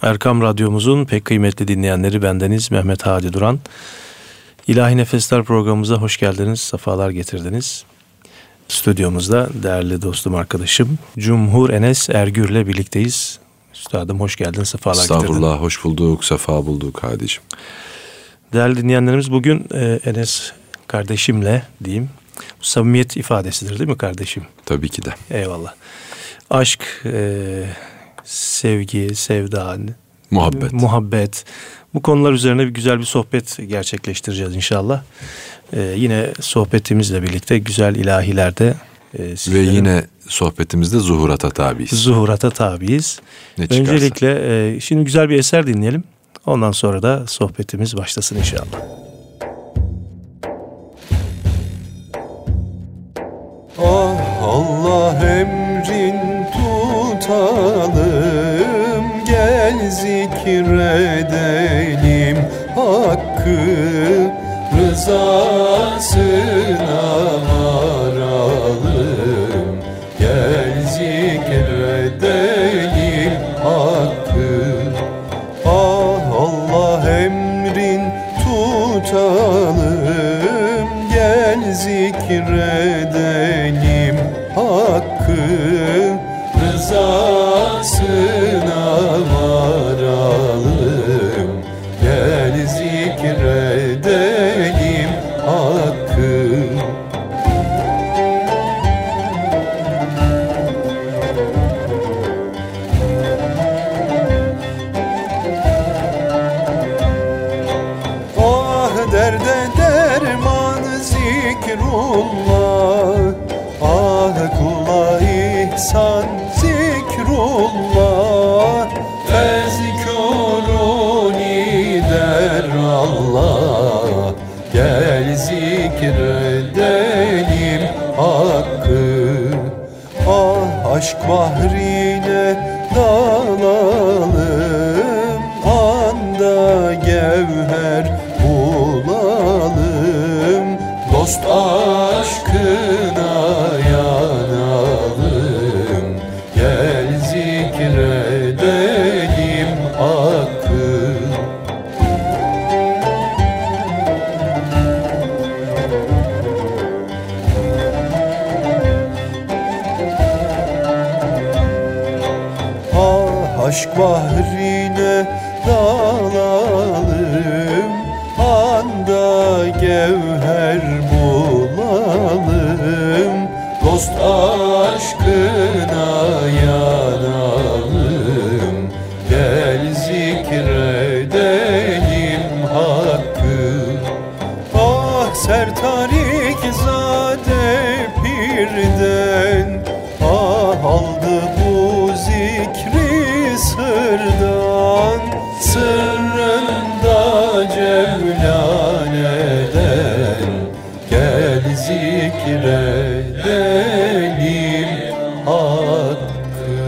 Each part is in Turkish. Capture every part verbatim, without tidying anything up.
Erkam Radyomuzun pek kıymetli dinleyenleri, bendeniz Mehmet Hadi Duran. İlahi Nefesler programımıza hoş geldiniz, sefalar getirdiniz. Stüdyomuzda değerli dostum, arkadaşım Cumhur Enes Ergür'le birlikteyiz. Üstadım hoş geldin, sefalar getirdin. Estağfurullah, hoş bulduk, sefa bulduk Hadiciğim. Değerli dinleyenlerimiz, bugün e, Enes kardeşimle diyeyim, bu samimiyet ifadesidir değil mi kardeşim? Tabii ki de. Eyvallah. Aşk, e, sevgi, sevda, muhabbet. muhabbet. Bu konular üzerine bir güzel bir sohbet gerçekleştireceğiz inşallah. Ee, yine sohbetimizle birlikte güzel ilahilerde e, ve yine sohbetimizde zuhurata tabiiz. Zuhurata tabiiz. Öncelikle e, şimdi güzel bir eser dinleyelim. Ondan sonra da sohbetimiz başlasın inşallah. Ah Allah emrin tutalım, gel zikredelim hakkı, rızasına varalım, gel zikredelim hakkı. Ah Allah emrin tutalım, gel zikredelim hakkı, rızasına varalım, gel zikredelim hakkı. Ah derde derman zikrullah, ah kula ihsan zikrullah, tezkuruni der Allah, gel zikredelim hakkı. Ah aşk bahrine dalalım, anda gevher bulalım, dost aşkına yanalım, gel zikredelim hakkı. Ah aşk bahrine dalalım, anda gevher bulalım, dost aşkına yanalım, gel zikredelim hakkı. Ah sertarik zade pirden, ah aldı bu zikri sırdan, sırrında cevlaneden, gel zikredelim hakkı.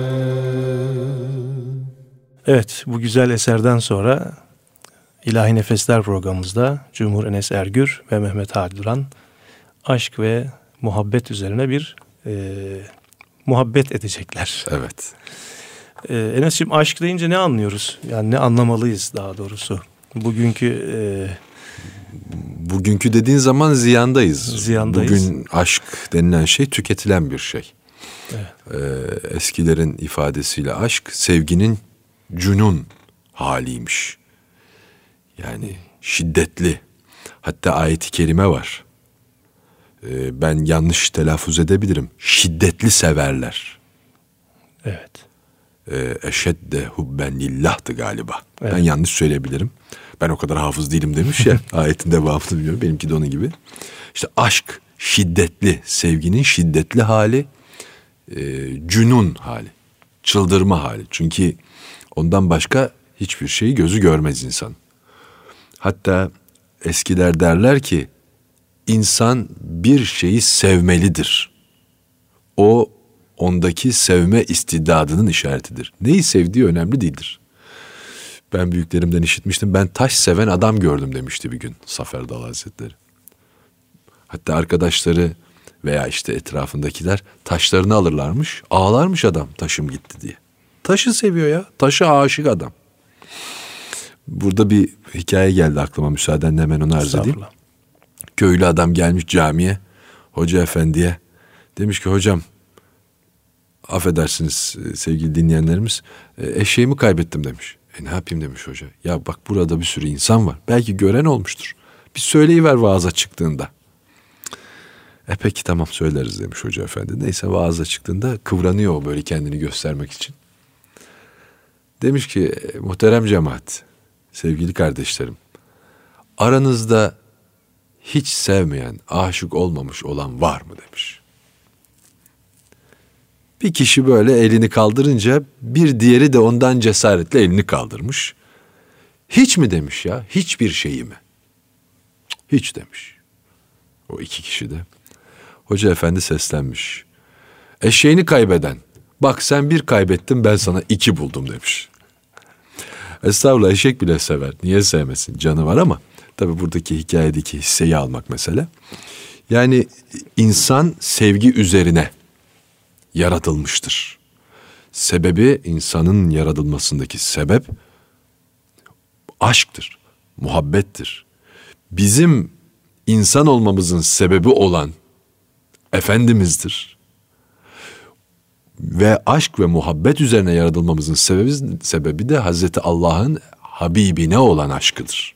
Evet, bu güzel eserden sonra İlahi Nefesler programımızda Cumhur Enes Ergür ve Mehmet Hadi Duran aşk ve muhabbet üzerine bir e, muhabbet edecekler. Evet. E, Enes'ciğim, aşk deyince ne anlıyoruz? Yani ne anlamalıyız daha doğrusu? Bugünkü e, Bugünkü dediğin zaman ziyandayız. Ziyandayız. Bugün aşk denilen şey tüketilen bir şey. Evet. Ee, eskilerin ifadesiyle aşk sevginin cünun haliymiş. Yani şiddetli. Hatta ayet-i kerime var. Ee, ben yanlış telaffuz edebilirim. Şiddetli severler. Evet. Ee, eşedde hubben lillahtı galiba. Evet. Ben yanlış söyleyebilirim. Ben o kadar hafız değilim demiş ya. Ayetin devamını bilmiyorum. Benimki de onun gibi. İşte aşk şiddetli, sevginin şiddetli hali, e, cünun hali, çıldırma hali. Çünkü ondan başka hiçbir şeyi gözü görmez insan. Hatta eskiler derler ki, insan bir şeyi sevmelidir. O, ondaki sevme istidadının işaretidir. Neyi sevdiği önemli değildir. Ben büyüklerimden işitmiştim. Ben taş seven adam gördüm demişti bir gün Zafer Dal Hazretleri. Hatta arkadaşları veya işte etrafındakiler taşlarını alırlarmış. Ağlarmış adam taşım gitti diye. Taşı seviyor ya. Taşı aşık adam. Burada bir hikaye geldi aklıma, müsaadenle hemen onu arz edeyim. Köylü adam gelmiş camiye, hoca efendiye. Demiş ki hocam, affedersiniz sevgili dinleyenlerimiz, eşeğimi kaybettim demiş. E ne yapayım demiş hoca. Ya bak burada bir sürü insan var. Belki gören olmuştur. Bir söyleyiver vaaza çıktığında. E peki tamam söyleriz demiş hoca efendi. Neyse vaaza çıktığında kıvranıyor o böyle kendini göstermek için. Demiş ki muhterem cemaat, sevgili kardeşlerim, aranızda hiç sevmeyen, aşık olmamış olan var mı demiş. Bir kişi böyle elini kaldırınca bir diğeri de ondan cesaretle elini kaldırmış. Hiç mi demiş ya, hiçbir şeyi mi? Hiç demiş. O iki kişi de. Hoca efendi seslenmiş. Eşeğini kaybeden, bak sen bir kaybettin ben sana iki buldum demiş. Estağfurullah, eşek bile sever. Niye sevmesin? Canı var ama tabii buradaki hikayedeki hisseyi almak mesele. Yani insan sevgi üzerine yaratılmıştır. Sebebi, insanın yaratılmasındaki sebep aşktır, muhabbettir. Bizim insan olmamızın sebebi olan Efendimiz'dir. Ve aşk ve muhabbet üzerine yaratılmamızın sebebi, sebebi de Hazreti Allah'ın Habibine olan aşkıdır.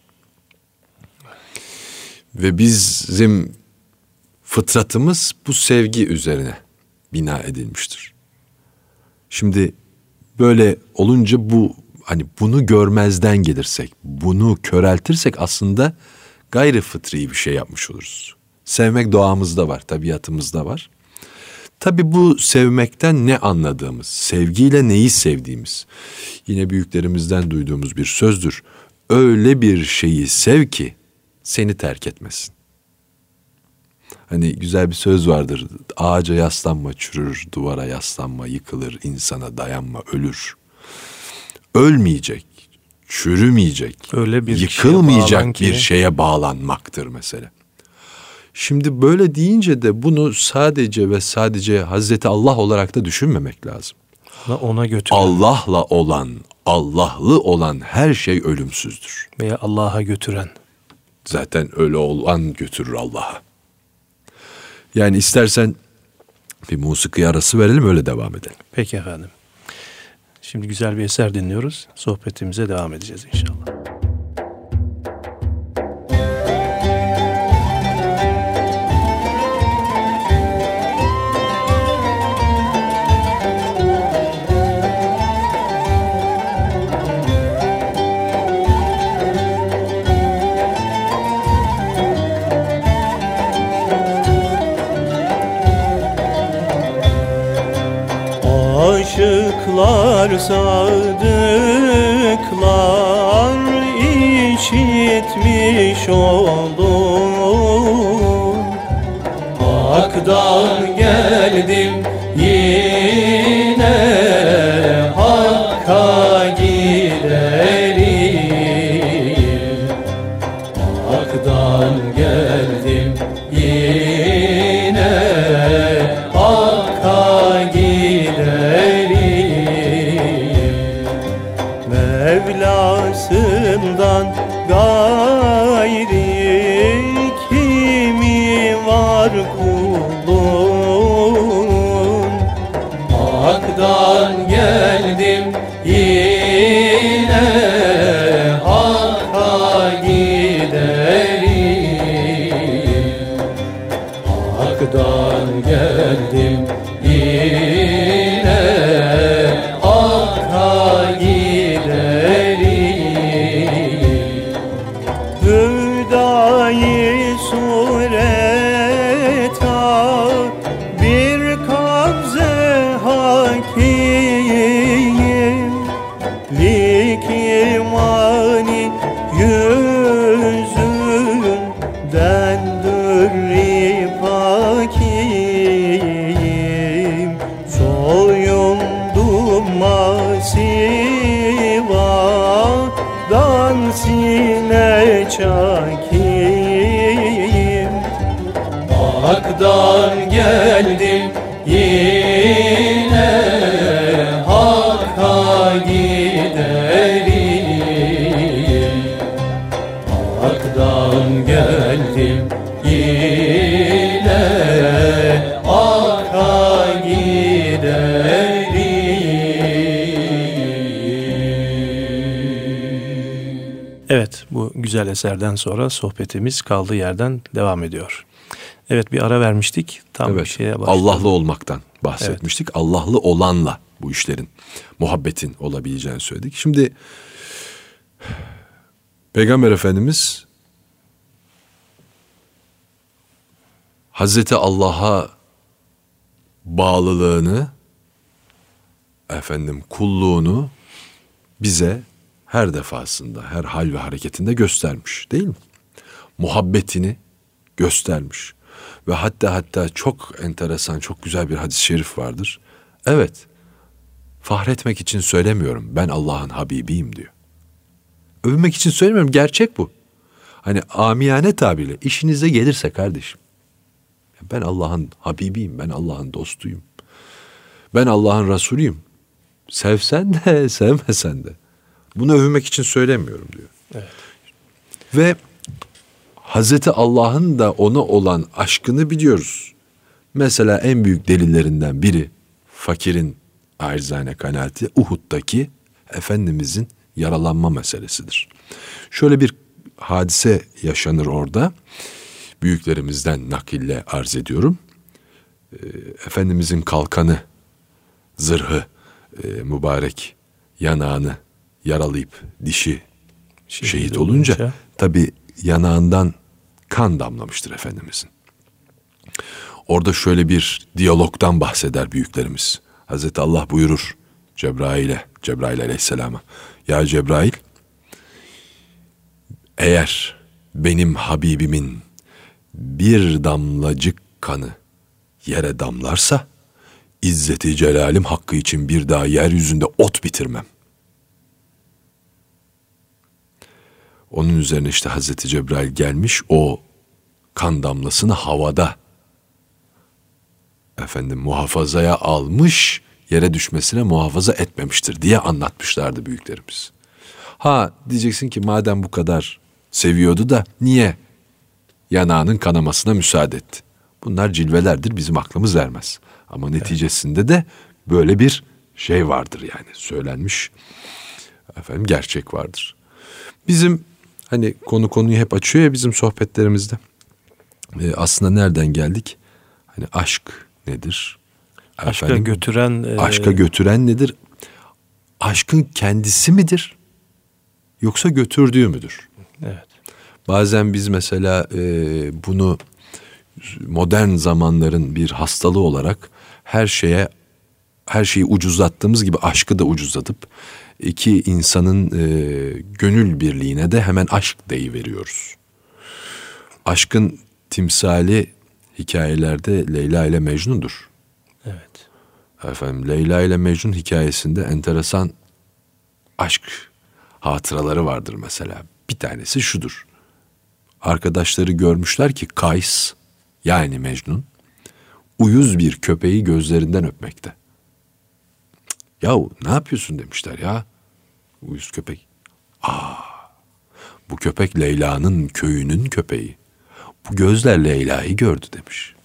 Ve bizim fıtratımız bu sevgi üzerine bina edilmiştir. Şimdi böyle olunca bu, hani bunu görmezden gelirsek, bunu köreltirsek aslında gayri fıtri bir şey yapmış oluruz. Sevmek doğamızda var, tabiatımızda var. Tabii bu sevmekten ne anladığımız, sevgiyle neyi sevdiğimiz. Yine büyüklerimizden duyduğumuz bir sözdür. Öyle bir şeyi sev ki seni terk etmesin. Hani güzel bir söz vardır. Ağaca yaslanma çürür, duvara yaslanma yıkılır, insana dayanma ölür. Ölmeyecek, çürümeyecek, öyle bir yıkılmayacak şeye bir şeye bağlanmaktır mesela. Şimdi böyle deyince de bunu sadece ve sadece Hazreti Allah olarak da düşünmemek lazım. Ona götüren. Allah'la olan, Allah'lı olan her şey ölümsüzdür. Veya Allah'a götüren. Zaten öyle olan götürür Allah'a. Yani istersen bir musiki arası verelim, öyle devam edelim. Peki efendim. Şimdi güzel bir eser dinliyoruz. Sohbetimize devam edeceğiz inşallah. Aşıklar, sadıklar işitmiş oldum. Hak'tan geldim yine Hakk'a giderim. Hak'tan geldim yine Hakk'a giderim. Mevlasından gayri kimi var kulun? Hak'tan geldim yine Hakk'a giderim. Hak'tan geldim yine Hakk'a giderim. Hüdayi sureta bir kabze hakim, lik imani yüzünden dürri pakim. Soyundum masivadan sine çakim. Hak'tan geldim yine Hakk'a geldim yine aka giderim. Evet, bu güzel eserden sonra sohbetimiz kaldığı yerden devam ediyor. Evet, bir ara vermiştik. Tam evet, bir şeye başladık. Allah'lı olmaktan bahsetmiştik. Evet. Allah'lı olanla bu işlerin, muhabbetin olabileceğini söyledik. Şimdi Peygamber Efendimiz Hazreti Allah'a bağlılığını, efendim kulluğunu bize her defasında, her hal ve hareketinde göstermiş, değil mi? Muhabbetini göstermiş. Ve hatta hatta çok enteresan, çok güzel bir hadis-i şerif vardır. Evet, fahretmek için söylemiyorum, ben Allah'ın Habibiyim diyor. Övünmek için söylemiyorum, gerçek bu. Hani amiyane tabirle işinize gelirse kardeşim, ben Allah'ın Habibiyim, ben Allah'ın dostuyum. Ben Allah'ın Resulüyüm. Sevsen de, sevmesen de. Bunu övünmek için söylemiyorum diyor. Evet. Ve Hazreti Allah'ın da ona olan aşkını biliyoruz. Mesela en büyük delillerinden biri, fakirin acizane kanaati, Uhud'daki Efendimizin yaralanma meselesidir. Şöyle bir hadise yaşanır orada. Büyüklerimizden nakille arz ediyorum. Efendimizin kalkanı, zırhı, e, mübarek yanağını yaralayıp dişi şehit, şehit olunca, olunca tabii yanağından kan damlamıştır Efendimizin. Orada şöyle bir diyalogdan bahseder büyüklerimiz. Hazreti Allah buyurur Cebrail'e, Cebrail aleyhisselama, ya Cebrail, eğer benim Habibimin bir damlacık kanı yere damlarsa, İzzeti Celalim hakkı için bir daha yeryüzünde ot bitirmem. Onun üzerine işte Hazreti Cebrail gelmiş, o kan damlasını havada efendim muhafazaya almış, yere düşmesine muhafaza etmemiştir diye anlatmışlardı büyüklerimiz. Ha diyeceksin ki madem bu kadar seviyordu da niye yanağının kanamasına müsaade etti? Bunlar cilvelerdir, bizim aklımız vermez. Ama neticesinde de böyle bir şey vardır yani, söylenmiş efendim gerçek vardır. Bizim hani konu konuyu hep açıyor ya bizim sohbetlerimizde. Ee, aslında nereden geldik? Hani aşk nedir? Aşka efendim, götüren e... aşka götüren nedir? Aşkın kendisi midir? Yoksa götürdüğü müdür? Evet. Bazen biz mesela e, bunu modern zamanların bir hastalığı olarak her şeye, her şeyi ucuzlattığımız gibi aşkı da ucuzlatıp iki insanın e, gönül birliğine de hemen aşk deyiveriyoruz. Aşkın timsali hikayelerde Leyla ile Mecnun'dur. Evet. Efendim Leyla ile Mecnun hikayesinde enteresan aşk hatıraları vardır mesela. Bir tanesi şudur. Arkadaşları görmüşler ki Kays, yani Mecnun, uyuz bir köpeği gözlerinden öpmekte. Yahu ne yapıyorsun demişler ya. Uyuz köpek. Aa, bu köpek Leyla'nın köyünün köpeği. Bu gözler Leyla'yı gördü demiş.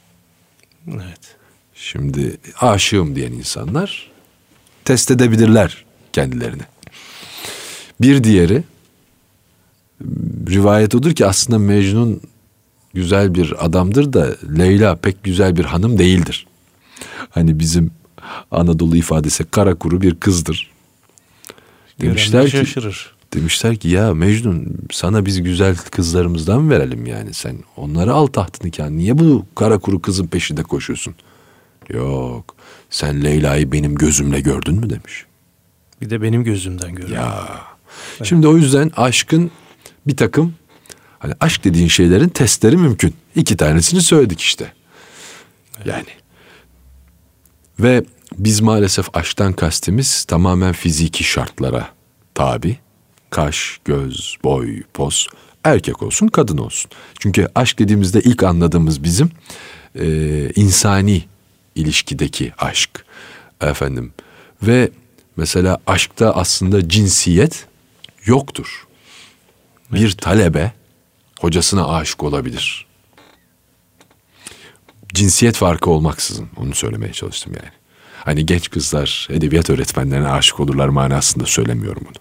Evet. Şimdi aşığım diyen insanlar test edebilirler kendilerini. Bir diğeri, rivayet odur ki aslında Mecnun güzel bir adamdır da Leyla pek güzel bir hanım değildir. Hani bizim Anadolu ifadesi kara kuru bir kızdır. Demişler ki, şaşırır. demişler ki ya Mecnun sana biz güzel kızlarımızdan verelim yani, sen onları al tahtını nikahını, niye bu kara kuru kızın peşinde koşuyorsun? Yok, sen Leyla'yı benim gözümle gördün mü demiş. Bir de benim gözümden gördüm. Ya. Evet. Şimdi o yüzden aşkın bir takım, hani aşk dediğin şeylerin testleri mümkün. İki tanesini söyledik işte. Evet. Yani. Ve biz maalesef aşktan kastimiz tamamen fiziki şartlara tabi. Kaş, göz, boy, poz, erkek olsun, kadın olsun. Çünkü aşk dediğimizde ilk anladığımız bizim e, insani ilişkideki aşk. Efendim. Ve mesela aşkta aslında cinsiyet yoktur. Bir talebe hocasına aşık olabilir. Cinsiyet farkı olmaksızın, onu söylemeye çalıştım yani. Hani genç kızlar edebiyat öğretmenlerine aşık olurlar manasında söylemiyorum bunu.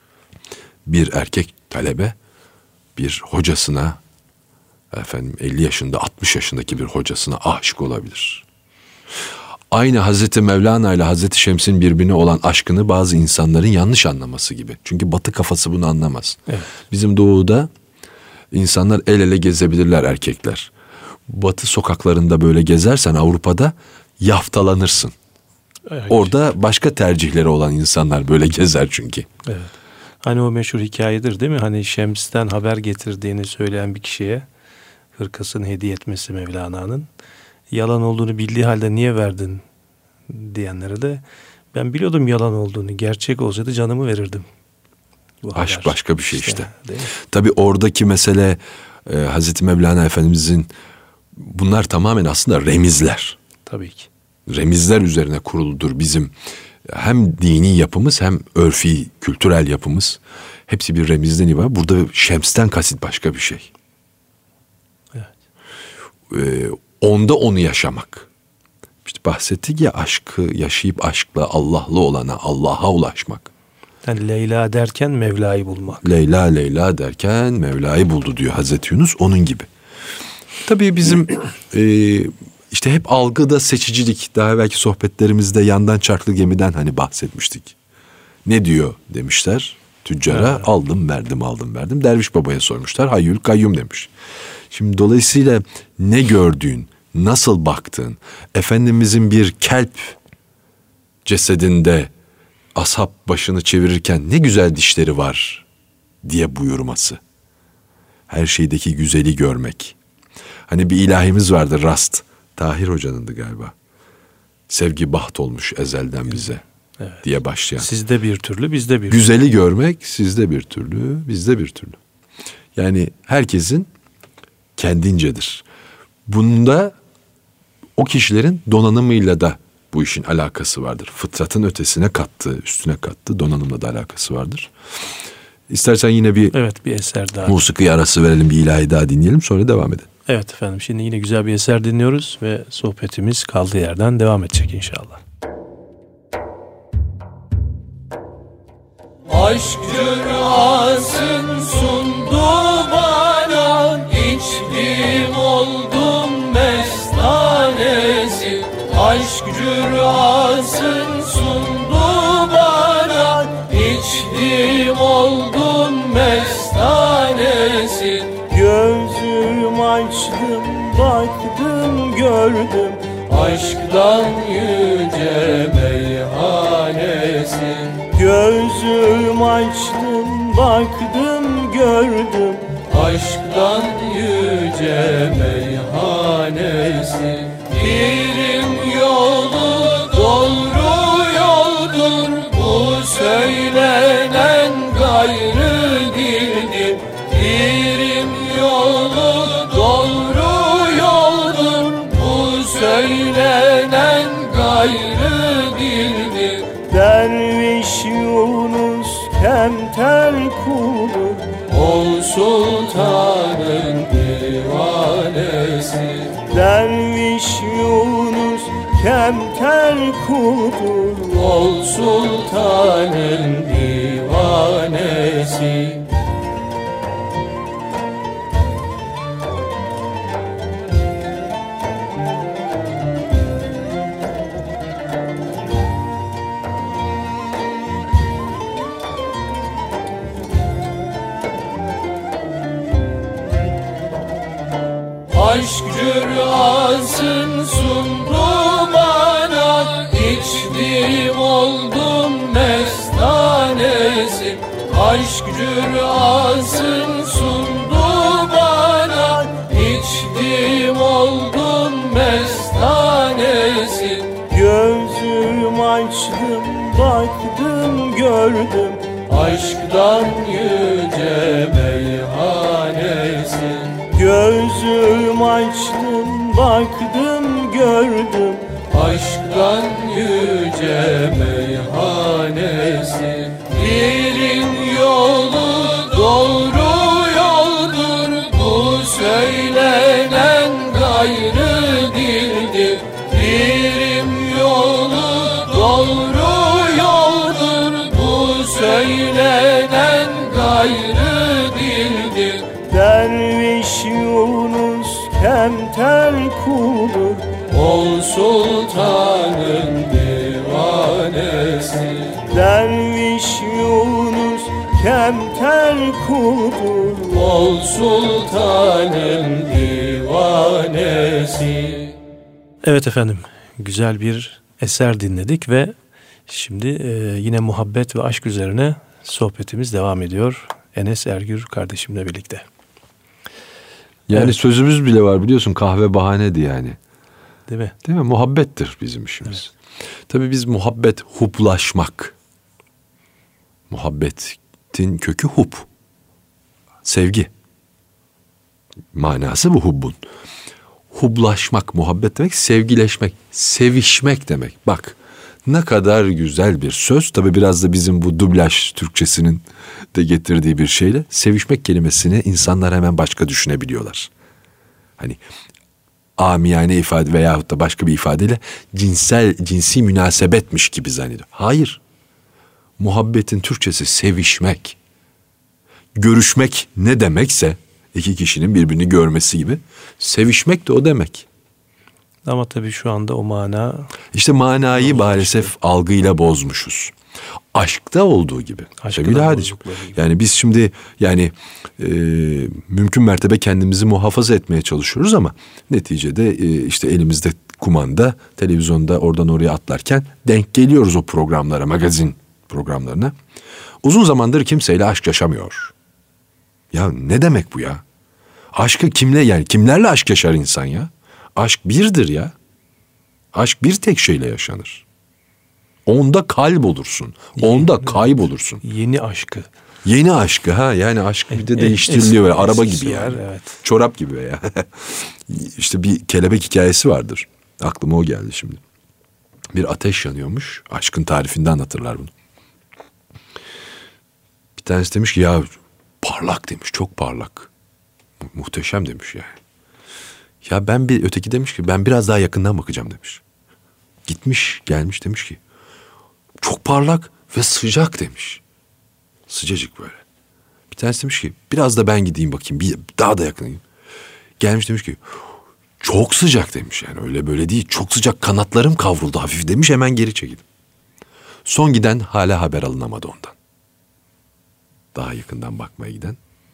Bir erkek talebe bir hocasına, efendim elli yaşında altmış yaşındaki bir hocasına aşık olabilir. Aynı Hazreti Mevlana ile Hazreti Şems'in birbirine olan aşkını bazı insanların yanlış anlaması gibi. Çünkü Batı kafası bunu anlamaz. Evet. Bizim doğuda insanlar el ele gezebilirler, erkekler. Batı sokaklarında böyle gezersen Avrupa'da yaftalanırsın. Evet. Orada başka tercihleri olan insanlar böyle gezer çünkü. Evet. Hani o meşhur hikayedir değil mi? Hani Şems'ten haber getirdiğini söyleyen bir kişiye hırkasını hediye etmesi Mevlana'nın. Yalan olduğunu bildiği halde niye verdin diyenlere de ben biliyordum yalan olduğunu. Gerçek olsaydı canımı verirdim. Bu Aşk haber. Başka bir şey işte. işte. Tabii oradaki mesele e, Hazreti Mevlana Efendimizin bunlar tamamen aslında remizler. Tabii ki. Remizler üzerine kuruludur bizim hem dini yapımız hem örfi, kültürel yapımız. Hepsi bir remizden ibaret. Burada Şems'ten kasıt başka bir şey. Evet. Ee, onda onu yaşamak. İşte bahsettik ya, aşkı yaşayıp aşkla Allah'lı olana, Allah'a ulaşmak. Yani Leyla derken Mevla'yı bulmak. Leyla Leyla derken Mevla'yı buldu diyor Hazreti Yunus, onun gibi. Tabii bizim e, işte hep algıda seçicilik, daha belki sohbetlerimizde yandan çarklı gemiden hani bahsetmiştik. Ne diyor demişler tüccara, evet. aldım verdim aldım verdim. Derviş babaya sormuşlar, hayyül kayyum demiş. Şimdi dolayısıyla ne gördüğün, nasıl baktığın, Efendimizin bir kelp cesedinde ashab başını çevirirken ne güzel dişleri var diye buyurması. Her şeydeki güzeli görmek. Hani bir ilahimiz vardı, Rast. Tahir Hoca'nındı galiba. Sevgi baht olmuş ezelden bize evet. diye başlayan. Sizde bir türlü, bizde bir Güzeli türlü. Görmek sizde bir türlü, bizde bir türlü. Yani herkesin kendincedir. Bunda o kişilerin donanımıyla da bu işin alakası vardır. Fıtratın ötesine kattığı, üstüne kattığı donanımla da alakası vardır. İstersen yine bir, evet, bir eser daha. Musiki arası verelim, bir ilahi daha dinleyelim, sonra devam edelim. Evet efendim, şimdi yine güzel bir eser dinliyoruz ve sohbetimiz kaldığı yerden devam edecek inşallah. Aşk rüyasın sundu bana, içtim oldum mestanesi. Aşk rüyasın sundu bana, içtim oldum mestanesi. Gözüm açtım baktım gördüm, aşktan yüce meyhanesi. Gözüm açtım baktım gördüm, aşktan yüce meyhanesi. Birim yolu doğru yoldur, bu söylenen gayrı dildir. Birim yolu doğru yoldur, bu söylenen gayrı dildir. Derviş Yunus kemter kulu, ol sultanın divanesi. Derviş Yunus kemter kulu, ol sultanın divanesi. Aşk rüyasın sundu bana, içtim oldum mestanesi. Aşk rüyasın sundu bana, içtim oldum mestanesi. Gözüm açtım baktım gördüm, aşktan yüce meyhanesi. Gözüm açtım baktım gördüm, aşktan yüce meyhanesi. Birin yolu doğru yoldur, bu söylenen gayrı dildir. Derviş Yunus kemter kuldur, ol sultanın divanesi. Derviş Yunus kemter kuldur, ol sultanın divanesi. Evet efendim, güzel bir eser dinledik ve şimdi e, yine muhabbet ve aşk üzerine sohbetimiz devam ediyor. Enes Ergür kardeşimle birlikte. Yani evet. Sözümüz bile var biliyorsun, kahve bahanedi yani. Değil mi? Değil mi? Muhabbettir bizim işimiz. Evet. Tabii biz muhabbet, huplaşmak. Muhabbetin kökü hub. Sevgi. Manası bu hubbun. Hublaşmak, muhabbet demek, sevgileşmek, sevişmek demek. Bak ne kadar güzel bir söz. Tabii biraz da bizim bu dublaj Türkçesinin de getirdiği bir şeyle. Sevişmek kelimesini insanlar hemen başka düşünebiliyorlar. Hani amiyane ifade veyahut da başka bir ifadeyle cinsel, cinsi münasebetmiş gibi zannediyor. Hayır. Muhabbetin Türkçesi sevişmek. Görüşmek ne demekse, iki kişinin birbirini görmesi gibi, sevişmek de o demek. Ama tabii şu anda o mana... İşte manayı maalesef algıyla bozmuşuz. Aşkta olduğu gibi. Sevgili Hadicim. Yani biz şimdi yani e, mümkün mertebe kendimizi muhafaza etmeye çalışıyoruz ama neticede e, işte elimizde kumanda, televizyonda oradan oraya atlarken denk geliyoruz o programlara, magazin programlarına. Uzun zamandır kimseyle aşk yaşamıyor. Ya ne demek bu ya? Aşkı kimle, yani kimlerle aşk yaşar insan ya? Aşk birdir ya. Aşk bir tek şeyle yaşanır. Onda kalp olursun. Onda kaybolursun. Yeni aşkı. Yeni aşkı ha, yani aşk bir de değiştiriliyor böyle, araba gibi yani. Evet. Çorap gibi ya. İşte bir kelebek hikayesi vardır. Aklıma o geldi şimdi. Bir ateş yanıyormuş. Aşkın tarifinde anlatırlar bunu. Bir tanesi demiş ki ya parlak demiş, çok parlak. Muhteşem demiş yani. Ya ben bir, öteki demiş ki ben biraz daha yakından bakacağım demiş. Gitmiş gelmiş demiş ki çok parlak ve sıcak demiş. Sıcacık böyle. Bir tanesi demiş ki biraz da ben gideyim bakayım, bir daha da yakınayım. Gelmiş demiş ki çok sıcak demiş, yani öyle böyle değil, çok sıcak, kanatlarım kavruldu hafif demiş, hemen geri çekildim. Son giden hala haber alınamadı ondan. Daha yakından bakmaya giden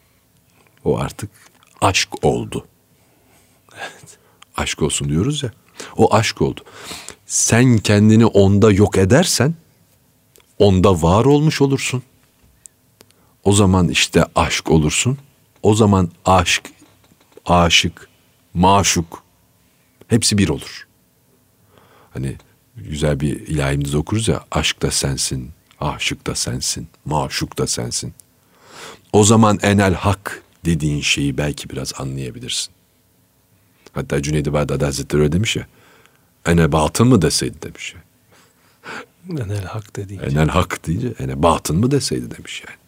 o artık aşk oldu. Evet. Aşk olsun diyoruz ya. O aşk oldu. Sen kendini onda yok edersen onda var olmuş olursun. O zaman işte aşk olursun. O zaman aşk, aşık, maşuk hepsi bir olur. Hani güzel bir ilahimizde okuruz ya, aşk da sensin, aşık da sensin, maşuk da sensin. O zaman enel hak dediğin şeyi belki biraz anlayabilirsin. Hatta Cüneyd-i Bağdadi Hazretleri öyle demiş ya, ene batın mı deseydi demiş ya. Enel hak dediğince. Enel hak deyince ene batın mı deseydi demiş yani.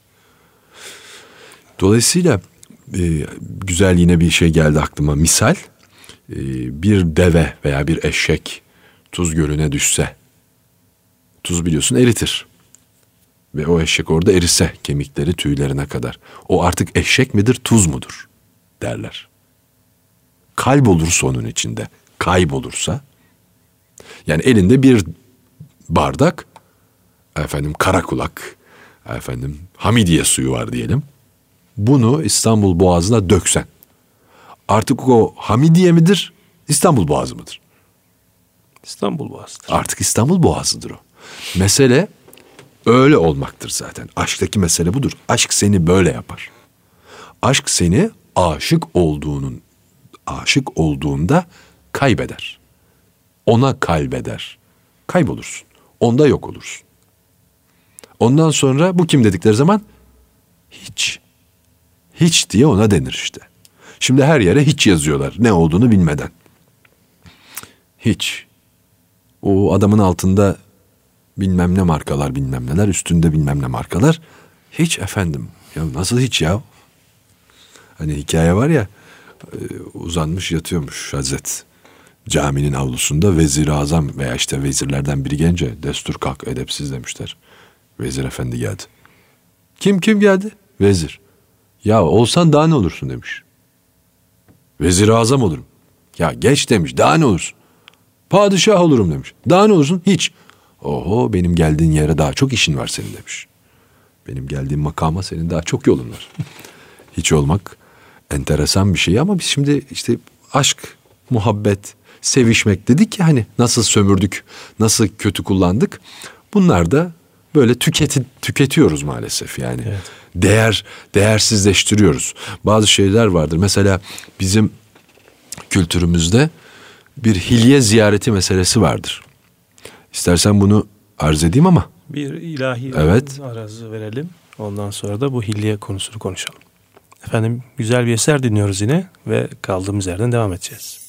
Dolayısıyla e, güzel yine bir şey geldi aklıma. Misal e, bir deve veya bir eşek tuz gölüne düşse, tuz biliyorsun eritir. Ve o eşek orada erise kemikleri tüylerine kadar. O artık eşek midir, tuz mudur derler. Kaybolursa onun içinde, kaybolursa, yani elinde bir bardak, efendim karakulak, efendim hamidiye suyu var diyelim. Bunu İstanbul Boğazı'na döksen, artık o hamidiye midir, İstanbul Boğazı mıdır? İstanbul Boğazı'dır. Artık İstanbul Boğazı'dır o. Mesele öyle olmaktır zaten. Aşktaki mesele budur. Aşk seni böyle yapar. Aşk seni aşık olduğunun, aşık olduğunda kaybeder. Ona kalbeder. Kaybolursun. Onda yok olursun. Ondan sonra bu kim dedikleri zaman hiç. Hiç diye ona denir işte. Şimdi her yere hiç yazıyorlar, ne olduğunu bilmeden. Hiç. O adamın altında bilmem ne markalar, bilmem neler, üstünde bilmem ne markalar. Hiç efendim. Ya nasıl hiç ya? Hani hikaye var ya, uzanmış yatıyormuş Hazret. Caminin avlusunda Vezir-i Azam veya işte vezirlerden biri gelince destur kalk edepsiz demişler. Vezir efendi geldi. Kim kim geldi? Vezir. Ya olsan daha ne olursun demiş. Vezir-i azam olurum. Ya geç demiş, daha ne olursun? Padişah olurum demiş. Daha ne olursun? Hiç. Oho, benim geldiğin yere daha çok işin var senin demiş. Benim geldiğim makama senin daha çok yolun var. Hiç olmak enteresan bir şey ama biz şimdi işte aşk, muhabbet, sevişmek dedik ya, hani nasıl sömürdük, nasıl kötü kullandık. Bunlar da böyle tüketi, tüketiyoruz maalesef yani. Evet. Değer, değersizleştiriyoruz. Bazı şeyler vardır. Mesela bizim kültürümüzde bir hilye ziyareti meselesi vardır. İstersen bunu arz edeyim ama. Bir ilahi evet. arazı verelim. Ondan sonra da bu hilye konusunu konuşalım. Efendim, güzel bir eser dinliyoruz yine ve kaldığımız yerden devam edeceğiz.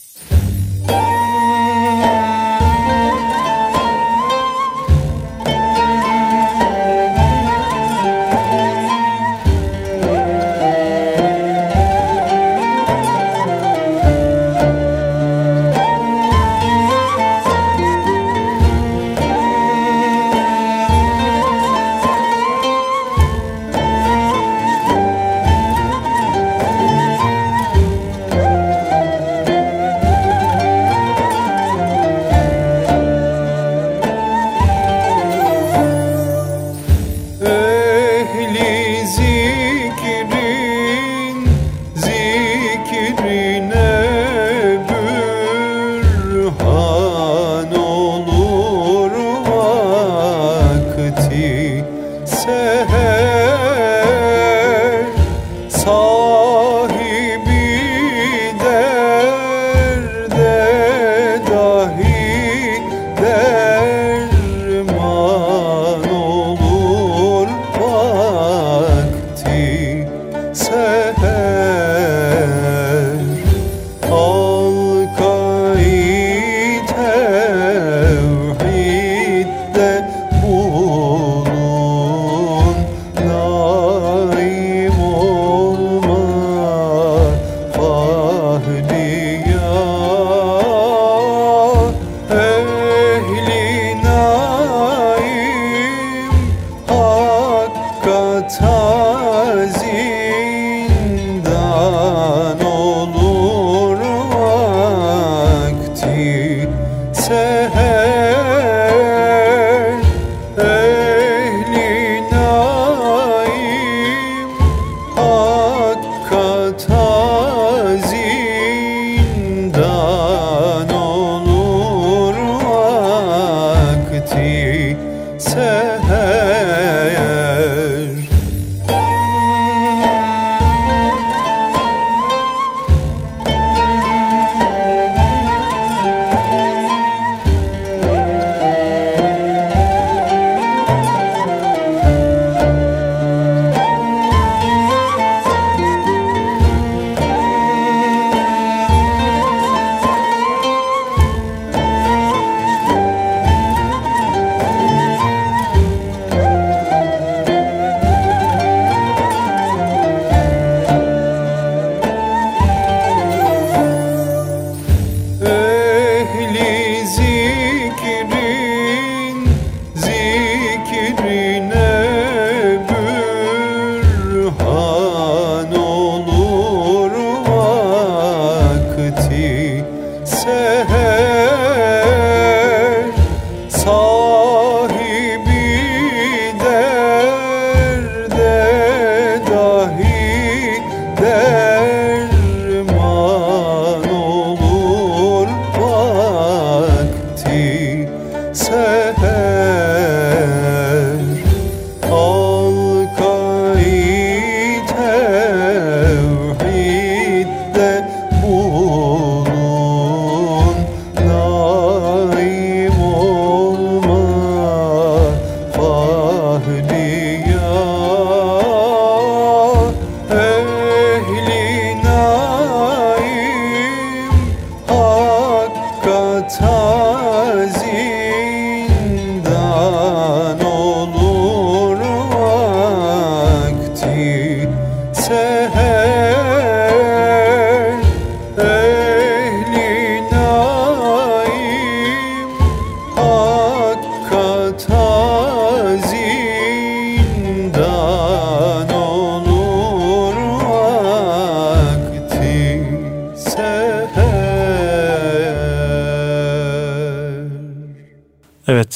seher.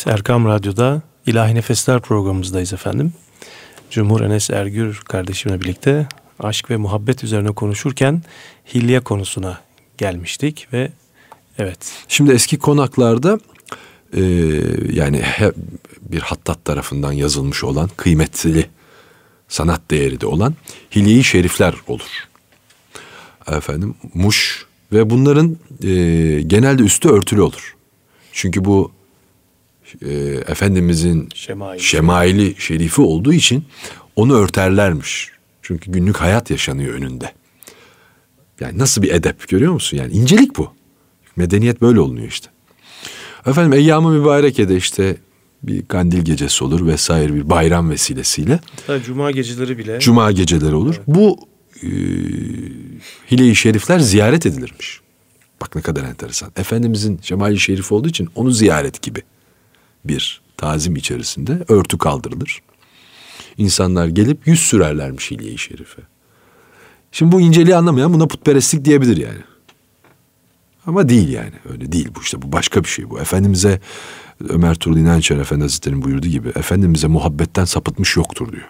Evet, Erkam Radyo'da İlahi Nefesler programımızdayız efendim. Cumhur Enes Ergür kardeşimle birlikte aşk ve muhabbet üzerine konuşurken hilye konusuna gelmiştik ve evet. Şimdi eski konaklarda e, yani he, bir hattat tarafından yazılmış olan kıymetli sanat değeri de olan hilye-i şerifler olur. Efendim muş ve bunların e, genelde üstü örtülü olur. Çünkü bu e, Efendimizin Şemail. şemaili şerifi olduğu için onu örterlermiş. Çünkü günlük hayat yaşanıyor önünde. Yani nasıl bir edep görüyor musun? Yani incelik bu. Medeniyet böyle oluyor işte. Efendim eyyam-ı mübarekede işte bir kandil gecesi olur vesaire bir bayram vesilesiyle. Hatta cuma geceleri bile. Cuma geceleri olur. Evet. Bu e, hile-i şerifler ziyaret edilirmiş. Bak ne kadar enteresan. Efendimizin şemali şerifi olduğu için onu ziyaret gibi bir tazim içerisinde örtü kaldırılır. İnsanlar gelip yüz sürerlermiş hilye-i şerife. Şimdi bu inceliği anlamayan buna putperestlik diyebilir yani. Ama değil yani. Öyle değil bu işte. Bu başka bir şey bu. Efendimiz'e Ömer Tuğrul İnançer Efendi Hazretleri'nin buyurduğu gibi Efendimiz'e muhabbetten sapıtmış yoktur diyor.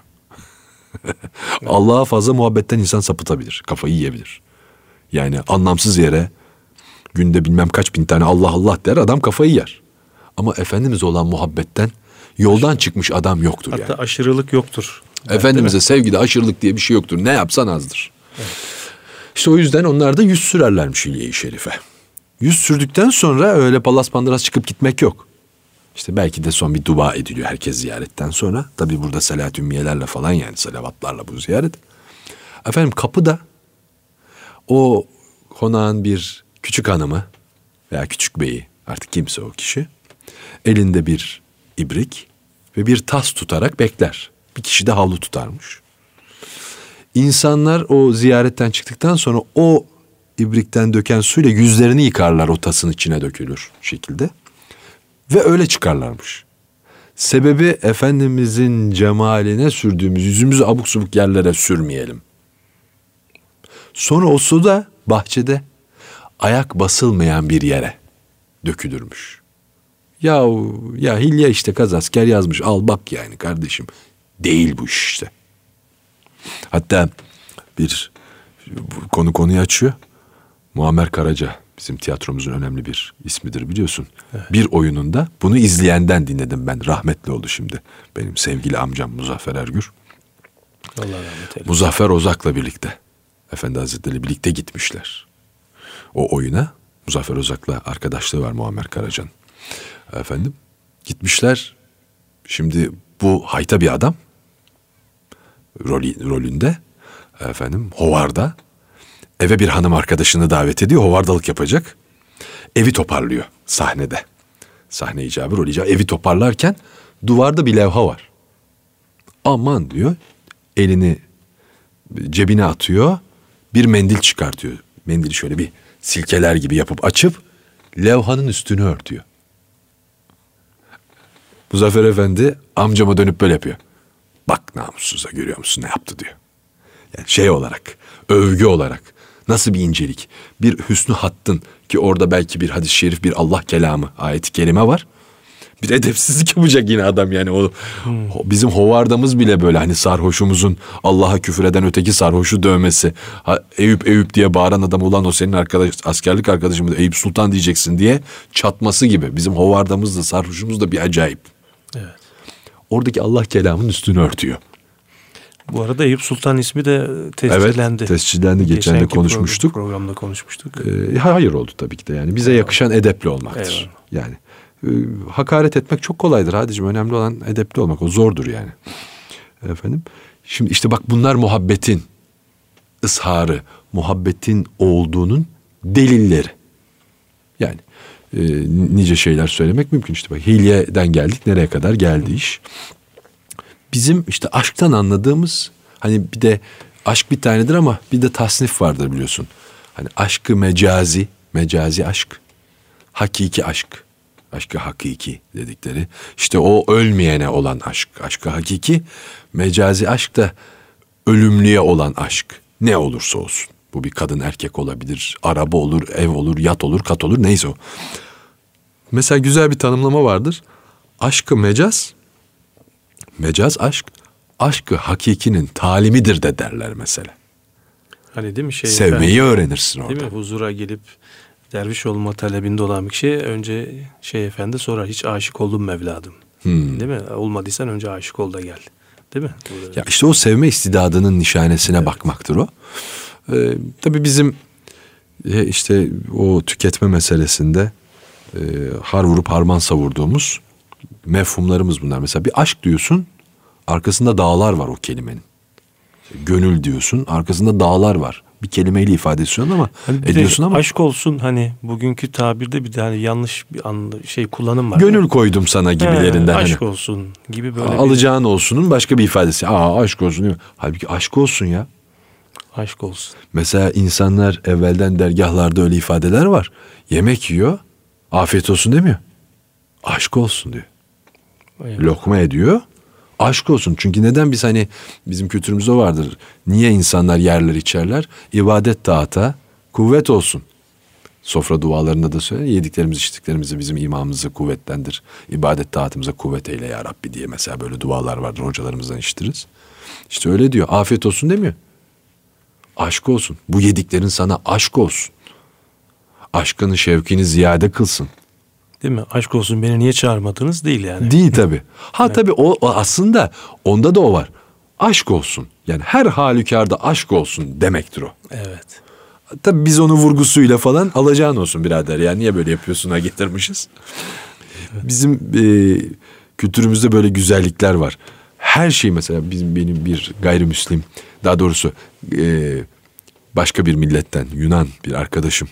Allah'a fazla muhabbetten insan sapıtabilir. Kafayı yiyebilir. Yani anlamsız yere günde bilmem kaç bin tane Allah Allah der adam kafayı yer. Ama Efendimiz'e olan muhabbetten yoldan çıkmış adam yoktur hatta yani. Hatta aşırılık yoktur. Efendimiz'e sevgide aşırılık diye bir şey yoktur. Ne yapsan azdır. Evet. İşte o yüzden onlar da yüz sürerlermiş hilye-i şerife. Yüz sürdükten sonra öyle palas pandıras çıkıp gitmek yok. İşte belki de son bir dua ediliyor herkes ziyaretten sonra. Tabii burada salat-ü ümmiyelerle falan yani salavatlarla bu ziyaret. Efendim kapıda o konağın bir küçük hanımı veya küçük beyi artık kimse o kişi elinde bir ibrik ve bir tas tutarak bekler. Bir kişi de havlu tutarmış. İnsanlar o ziyaretten çıktıktan sonra o ibrikten döken suyla yüzlerini yıkarlar, o tasın içine dökülür şekilde. Ve öyle çıkarlarmış. Sebebi Efendimizin cemaline sürdüğümüz yüzümüzü abuk subuk yerlere sürmeyelim. Sonra o su da bahçede ayak basılmayan bir yere dökülürmüş. Ya ya hilye işte kaz asker yazmış al bak yani kardeşim. Değil bu iş işte. Hatta bir konu konuyu açıyor. Muammer Karaca bizim tiyatromuzun önemli bir ismidir biliyorsun. Evet. Bir oyununda bunu izleyenden dinledim ben. Rahmetli oldu şimdi. Benim sevgili amcam Muzaffer Ergür. Allah rahmet eylesin. Muzaffer Ozak'la birlikte. Efendi Hazretleri birlikte gitmişler. O oyuna Muzaffer Ozak'la arkadaşlığı var Muammer Karaca'nın. Efendim gitmişler. Şimdi bu hayta bir adam. Rolü, rolünde. Efendim hovarda. Eve bir hanım arkadaşını davet ediyor. Hovardalık yapacak. Evi toparlıyor sahnede. Sahne icabı, rol icabı. Evi toparlarken duvarda bir levha var. Aman diyor. Elini cebine atıyor. Bir mendil çıkartıyor. Mendili şöyle bir silkeler gibi yapıp açıp levhanın üstünü örtüyor. Muzaffer Efendi amcama dönüp böyle yapıyor. Bak namussuza görüyor musun ne yaptı diyor. Yani şey olarak, övgü olarak nasıl bir incelik. Bir hüsnü hattın ki orada belki bir hadis-i şerif, bir Allah kelamı, ayet-i kerime var. Bir edepsizlik yapacak yine adam yani o hmm. bizim hovardamız bile böyle hani sarhoşumuzun Allah'a küfür eden öteki sarhoşu dövmesi. Ha, Eyüp Eyüp diye bağıran adam ulan o senin arkadaş askerlik arkadaşımız Eyüp Sultan diyeceksin diye çatması gibi. Bizim hovardamız da sarhoşumuz da bir acayip. Evet. Oradaki Allah kelamının üstünü örtüyor. Bu arada Eyüp Sultan ismi de tescillendi. Evet, tescillendi. Geçen de konuşmuştuk. Programda konuşmuştuk. Ee, hayır oldu tabii ki de yani. Bize Eyvallah. Yakışan edepli olmaktır. Eyvallah. Yani e, hakaret etmek çok kolaydır Hadicim. Önemli olan edepli olmak. O zordur yani. Efendim. Şimdi işte bak bunlar muhabbetin ısharı, muhabbetin olduğunun delilleri. Yani e, nice şeyler söylemek mümkün işte. Bak hilyeden geldik. Nereye kadar geldi iş? Bizim işte aşktan anladığımız hani bir de aşk bir tanedir ama bir de tasnif vardır biliyorsun. Hani aşkı mecazi, mecazi aşk, hakiki aşk, aşkı hakiki dedikleri. İşte o ölmeyene olan aşk, aşkı hakiki, mecazi aşk da ölümlüye olan aşk. Ne olursa olsun. Bu bir kadın erkek olabilir, araba olur, ev olur, yat olur, kat olur neyse o. Mesela güzel bir tanımlama vardır. aşkı mecaz, mecaz aşk, aşkı hakikinin talimidir de derler mesela. Hani değil mi şey? Sevmeyi efendim, öğrenirsin orada. Değil mi? Huzura gelip derviş olma talebinde olan bir kişi önce şey efendi sorar, hiç aşık oldun mu evladım? Hmm. Değil mi? Olmadıysan önce aşık ol da gel. Değil mi? Burada ya işte o sevme istidadının nişanesine evet. bakmaktır o. Ee, tabii bizim e, işte o tüketme meselesinde e, har vurup harman savurduğumuz mefhumlarımız bunlar. Mesela bir aşk diyorsun, arkasında dağlar var o kelimenin. Gönül diyorsun, arkasında dağlar var. Bir kelimeyle ifade ediyorsun ama hani ediyorsun ama aşk olsun, hani bugünkü tabirde bir de hani yanlış bir anlı, şey kullanım var. Gönül koydum sana gibilerinden. He, aşk hani. olsun gibi böyle. Alacağın bir... olsunun başka bir ifadesi. Aa aşk olsun diyor. Halbuki aşk olsun ya. Aşk olsun. Mesela insanlar evvelden dergahlarda öyle ifadeler var. Yemek yiyor, afiyet olsun demiyor. Aşk olsun diyor. Evet. Lokma ediyor. Aşk olsun. Çünkü neden biz hani bizim kültürümüzde vardır. Niye insanlar yerler içerler? İbadet dağıta, kuvvet olsun. Sofra dualarında da söylüyor. Yediklerimiz içtiklerimizi bizim imamımızı kuvvetlendir. İbadet dağıtımıza kuvvet eyle ya Rabbi diye mesela böyle dualar vardır. Hocalarımızdan işitiriz. İşte öyle diyor. Afiyet olsun demiyor. Aşk olsun. Bu yediklerin sana aşk olsun. Aşkını, şevkini ziyade kılsın. Değil mi? Aşk olsun beni niye çağırmadınız değil yani. Değil tabii. Ha evet. Tabii o, o aslında onda da o var. Aşk olsun. Yani her halükarda aşk olsun demektir o. Evet. Tabii biz onu vurgusuyla falan alacağın olsun birader. Yani niye böyle yapıyorsun ha getirmişiz. Evet. Bizim e, kültürümüzde böyle güzellikler var. Her şey mesela bizim benim bir gayrimüslim, daha doğrusu e, başka bir milletten Yunan bir arkadaşım.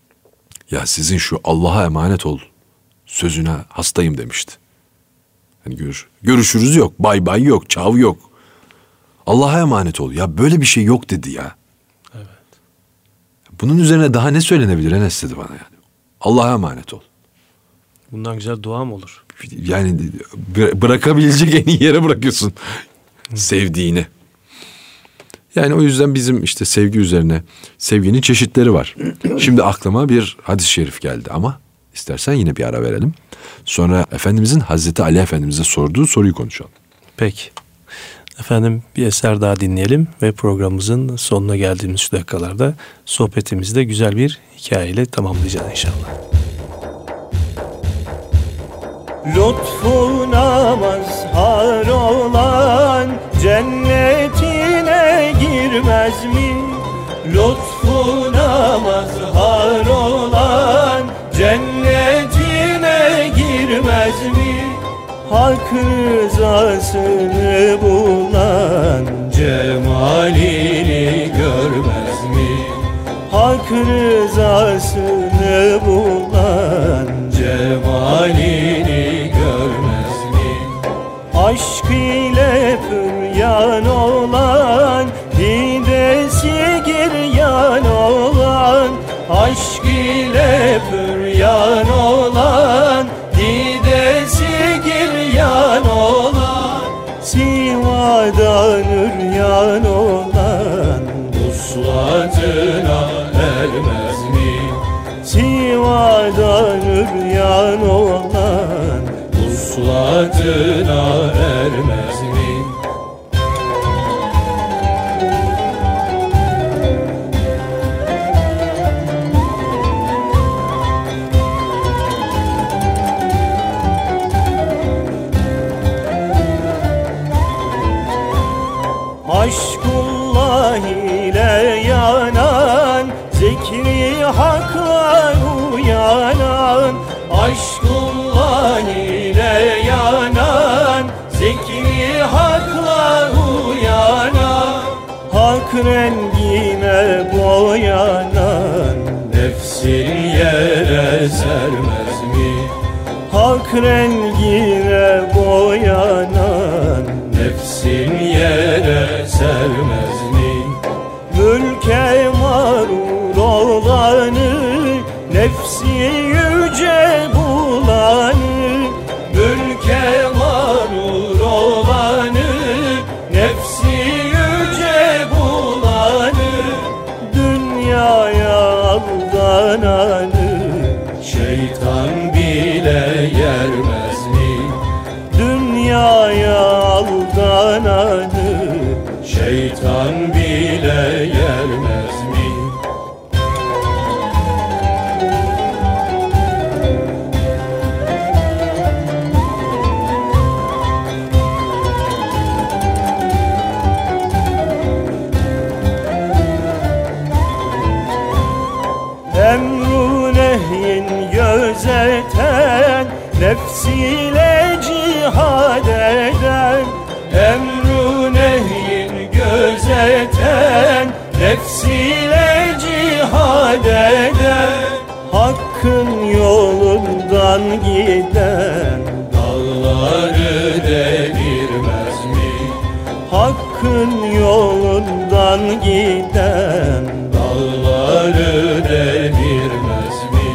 Ya sizin şu Allah'a emanet ol sözüne hastayım demişti. Hani görüş, görüşürüz yok, bay bay yok, çav yok. Allah'a emanet ol. Ya böyle bir şey yok dedi ya. Evet. Bunun üzerine daha ne söylenebilir Enes dedi bana yani. Allah'a emanet ol. Bundan güzel dua mı olur? Yani bırakabilecek en iyi yere bırakıyorsun sevdiğini. Yani o yüzden bizim işte sevgi üzerine sevginin çeşitleri var. Şimdi aklıma bir hadis-i şerif geldi ama istersen yine bir ara verelim. Sonra Efendimizin Hazreti Ali Efendimiz'e sorduğu soruyu konuşalım. Peki. Efendim bir eser daha dinleyelim ve programımızın sonuna geldiğimiz şu dakikalarda sohbetimizi de güzel bir hikayeyle tamamlayacağız inşallah. Lütfuna mazhar olan cennetine girmez mi? Lütfuna mazhar olan cennetine girmez mi? Hak rızasını bulan cemalini görmez mi? Hak rızasını bulan cemalini görmez mi? Aşk ile püryan olan, didesi giryan olan, aşk ile püryan olan, didesi giryan olan, sivadan üryan olan, vuslatına ermez mi? Sivadan üryan olan, vuslatına ermez mi? Aşkullah ile yanan, zikri hakla uyanan, aşkullah ile yanan, zikri hakla uyanan, hak rengine boyanan, nefsin yere sermez mi? Hak rengine boyanan, nefsin yere sermez mi? Mülke mağrur olanı, nefsi yüce bulanı, mülke mağrur olanı, nefsi yüce bulanı, dünyaya aldananı, şeytan bile yermez mi? insan bile yermez mi? Emru nehyin gözeten, nefsiyle cihad eden. Emru nehyin gözeten, nefsiyle cihad eden. Hakkın yolundan giden dağları devirmez mi? Hakkın yolundan giden dağları devirmez mi?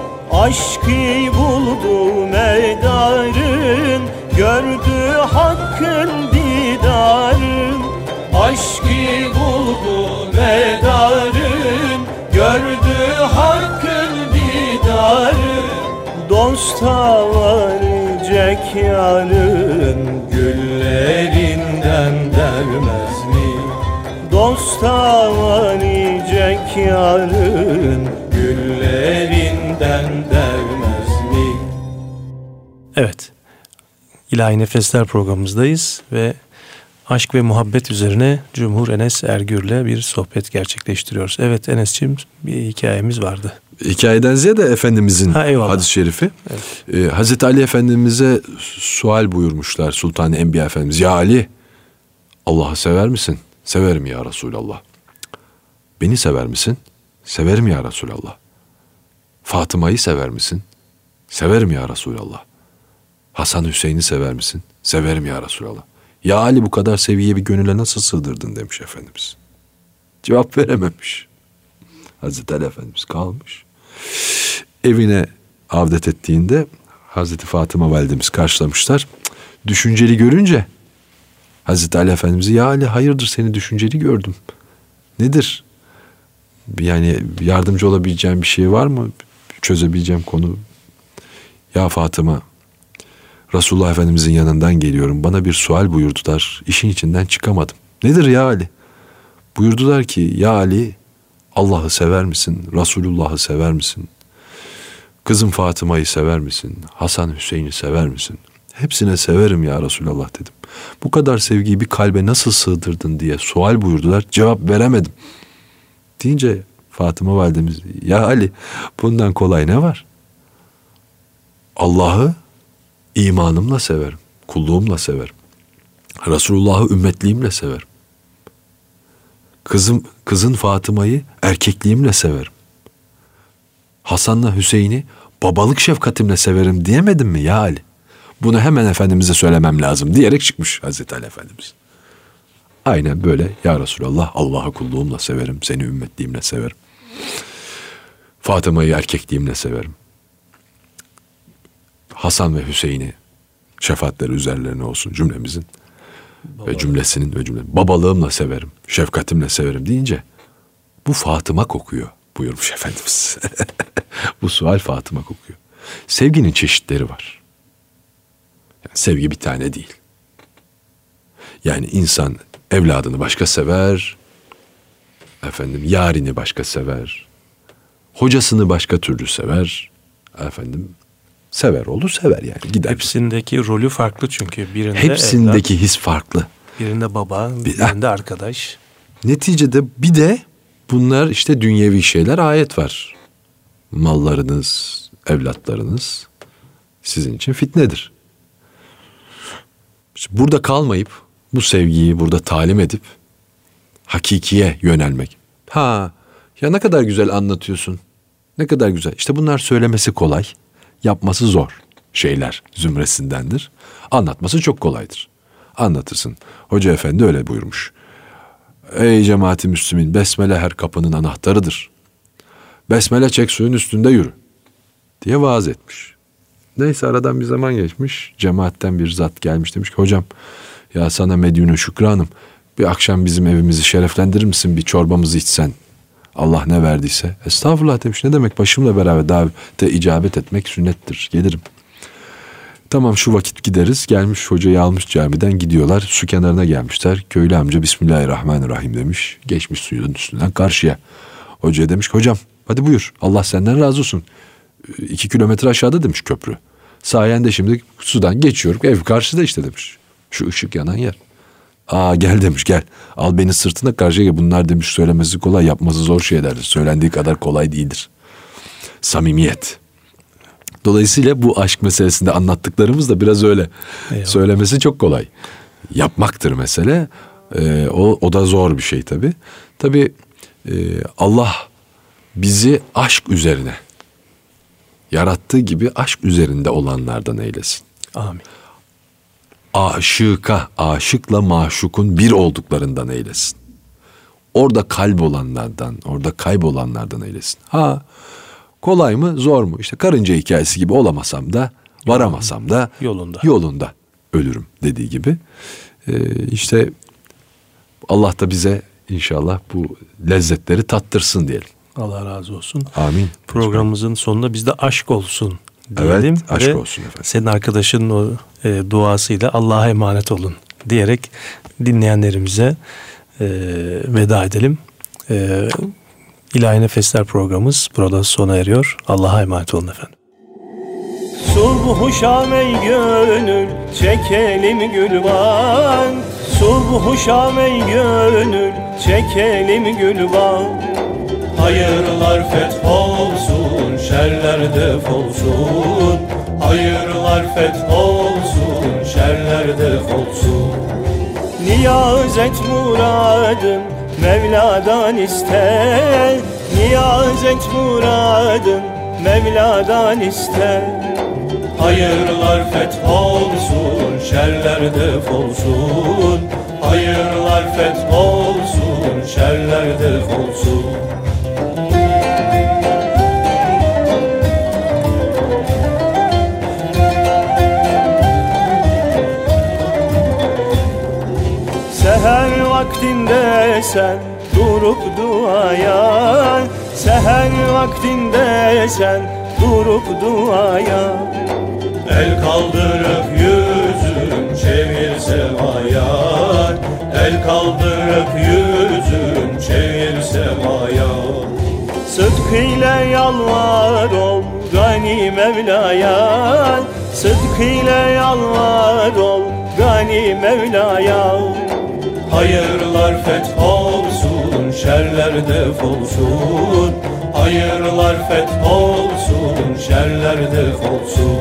Aşkı buldu medarın, gördü hakkın didarın. Aşkı buldu medarın, gördü hakkın didarın. Dosta varacak yarın, güllerinden dermez mi? Dosta varacak yarın, güllerinden dermez mi? Evet, İlahi Nefesler programımızdayız ve aşk ve muhabbet üzerine Cumhur Enes Ergür'le bir sohbet gerçekleştiriyoruz. Evet Enes'ciğim, bir hikayemiz vardı. Hikayeden ziyade Efendimizin hadis-i şerifi. Evet. Ee, Hazreti Ali Efendimiz'e sual buyurmuşlar Sultan-ı Enbiya Efendimiz. Ya Ali, Allah'ı sever misin? Severim ya Resulallah. Beni sever misin? Severim ya Resulallah. Fatıma'yı sever misin? Severim ya Resulallah. Hasan Hüseyin'i sever misin? Severim ya Resulallah. Ya Ali, bu kadar sevgiye bir gönüle nasıl sığdırdın demiş Efendimiz. Cevap verememiş. Hazreti Ali Efendimiz kalmış. Evine avdet ettiğinde Hazreti Fatıma validemiz karşılamışlar. Düşünceli görünce Hazreti Ali Efendimiz'i, ya Ali hayırdır, seni düşünceli gördüm. Nedir? Yani yardımcı olabileceğim bir şey var mı? Çözebileceğim konu. Ya Fatıma, Resulullah Efendimizin yanından geliyorum. Bana bir sual buyurdular. İşin içinden çıkamadım. Nedir ya Ali? Buyurdular ki, ya Ali, Allah'ı sever misin? Resulullah'ı sever misin? Kızım Fatıma'yı sever misin? Hasan Hüseyin'i sever misin? Hepsine severim ya Resulallah dedim. Bu kadar sevgiyi bir kalbe nasıl sığdırdın diye sual buyurdular. Cevap veremedim. Deyince Fatıma validemiz, ya Ali, bundan kolay ne var? Allah'ı imanımla severim, kulluğumla severim. Resulullah'ı ümmetliğimle severim. Kızım, kızın Fatıma'yı erkekliğimle severim. Hasan'la Hüseyin'i babalık şefkatimle severim diyemedim mi ya Ali? Bunu hemen Efendimiz'e söylemem lazım diyerek çıkmış Hazreti Ali Efendimiz. Aynen böyle, ya Resulallah, Allah'ı kulluğumla severim, seni ümmetliğimle severim. Fatıma'yı erkekliğimle severim. Hasan ve Hüseyin'i şefaatleri üzerlerine olsun cümlemizin. Babalığı. Ve cümlesinin ve cümle babalığımla severim, şefkatimle severim deyince bu Fatıma kokuyor buyurmuş Efendimiz. Bu sual Fatıma kokuyor. Sevginin çeşitleri var. Yani sevgi bir tane değil. Yani insan evladını başka sever, efendim yarini başka sever, hocasını başka türlü sever, efendim sever olur sever yani gider. Hepsindeki rolü farklı çünkü. Birinde hepsindeki evlat, his farklı. Birinde baba, birinde arkadaş. Neticede bir de bunlar işte dünyevi şeyler, ayet var. Mallarınız, evlatlarınız sizin için fitnedir. İşte burada kalmayıp bu sevgiyi burada talim edip hakikiye yönelmek. Ha, ya ne kadar güzel anlatıyorsun. Ne kadar güzel. İşte bunlar söylemesi kolay, yapması zor şeyler zümresindendir. Anlatması çok kolaydır. Anlatırsın. Hoca efendi öyle buyurmuş. Ey cemaati Müslümin, besmele her kapının anahtarıdır. Besmele çek, suyun üstünde yürü diye vaaz etmiş. Neyse aradan bir zaman geçmiş. Cemaatten bir zat gelmiş, demiş ki hocam, ya sana medyunu şükranım, bir akşam bizim evimizi şereflendirir misin, bir çorbamızı içsen, Allah ne verdiyse. Estağfurullah demiş, ne demek, başımla beraber davete icabet etmek sünnettir, gelirim. Tamam şu vakit gideriz. Gelmiş hocayı almış camiden, gidiyorlar. Su kenarına gelmişler. Köylü amca Bismillahirrahmanirrahim demiş. Geçmiş suyun üstünden karşıya. Hocaya demiş ki hocam hadi buyur, Allah senden razı olsun. İki kilometre aşağıda demiş köprü. Sayende şimdi sudan geçiyorum. Ev karşıda işte demiş. Şu ışık yanan yer. Aa gel demiş, gel. Al beni sırtına karşıya gel. Bunlar demiş söylemesi kolay, yapması zor şeylerdir. Söylendiği kadar kolay değildir. Samimiyet. Dolayısıyla bu aşk meselesinde anlattıklarımız da biraz öyle. Eyvallah. Söylemesi çok kolay. Yapmaktır mesele. Ee, o, o da zor bir şey tabii. Tabii e, Allah bizi aşk üzerine yarattığı gibi aşk üzerinde olanlardan eylesin. Amin. Aşıka, aşıkla maşukun bir olduklarından eylesin. Orada kalp olanlardan, orada kaybolanlardan eylesin. Ha, kolay mı, zor mu? İşte karınca hikayesi gibi olamasam da, varamasam da yolunda, yolunda ölürüm dediği gibi. Ee, işte Allah da bize inşallah bu lezzetleri tattırsın diyelim. Allah razı olsun. Amin. Programımızın sonunda bizde aşk olsun diyelim. Evet, aşk ve olsun efendim. Senin arkadaşının o e, duasıyla Allah'a emanet olun diyerek dinleyenlerimize e, veda edelim. E, İlahi Nefesler programımız burada sona eriyor. Allah'a emanet olun efendim. Subhu şam ey gönül çekelim gülban, Subhu şam ey gönül çekelim gülban. Hayırlar fetholsun, şerler defolsun. Hayırlar fetholsun, şerler defolsun. Niyaz et muradın Mevla'dan iste, niyaz et muradın Mevla'dan iste. Hayırlar fetholsun, şerler defolsun. Hayırlar fetholsun, şerler defolsun. Seher vaktinde sen durup duaya, seher vaktinde sen durup duaya. El kaldırıp yüzün çevir semaya, el kaldırıp yüzün çevir semaya. Sıdkıyla yalvar ol gani Mevla'ya, sıdkıyla yalvar ol gani Mevla'ya. Hayırlar fetholsun, şerler defolsun. Hayırlar fetholsun, şerler defolsun.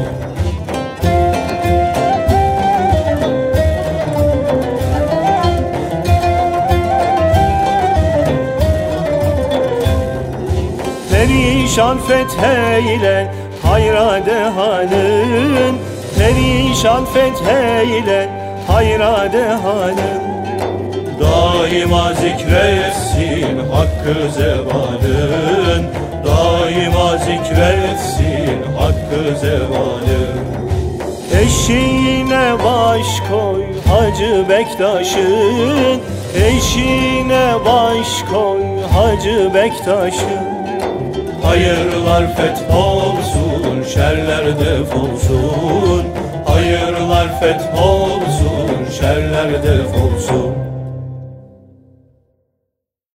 Perişan fetheyle hayra de halin, perişan fetheyle hayra de halin. Daima zikretsin hakkı zevalin, daima zikretsin hakkı zevalin. Eşiğine baş koy Hacı Bektaş'ın, eşiğine baş koy Hacı Bektaş'ın. Hayırlar fetholsun, şerler defolsun. Hayırlar fetholsun, şerler defolsun.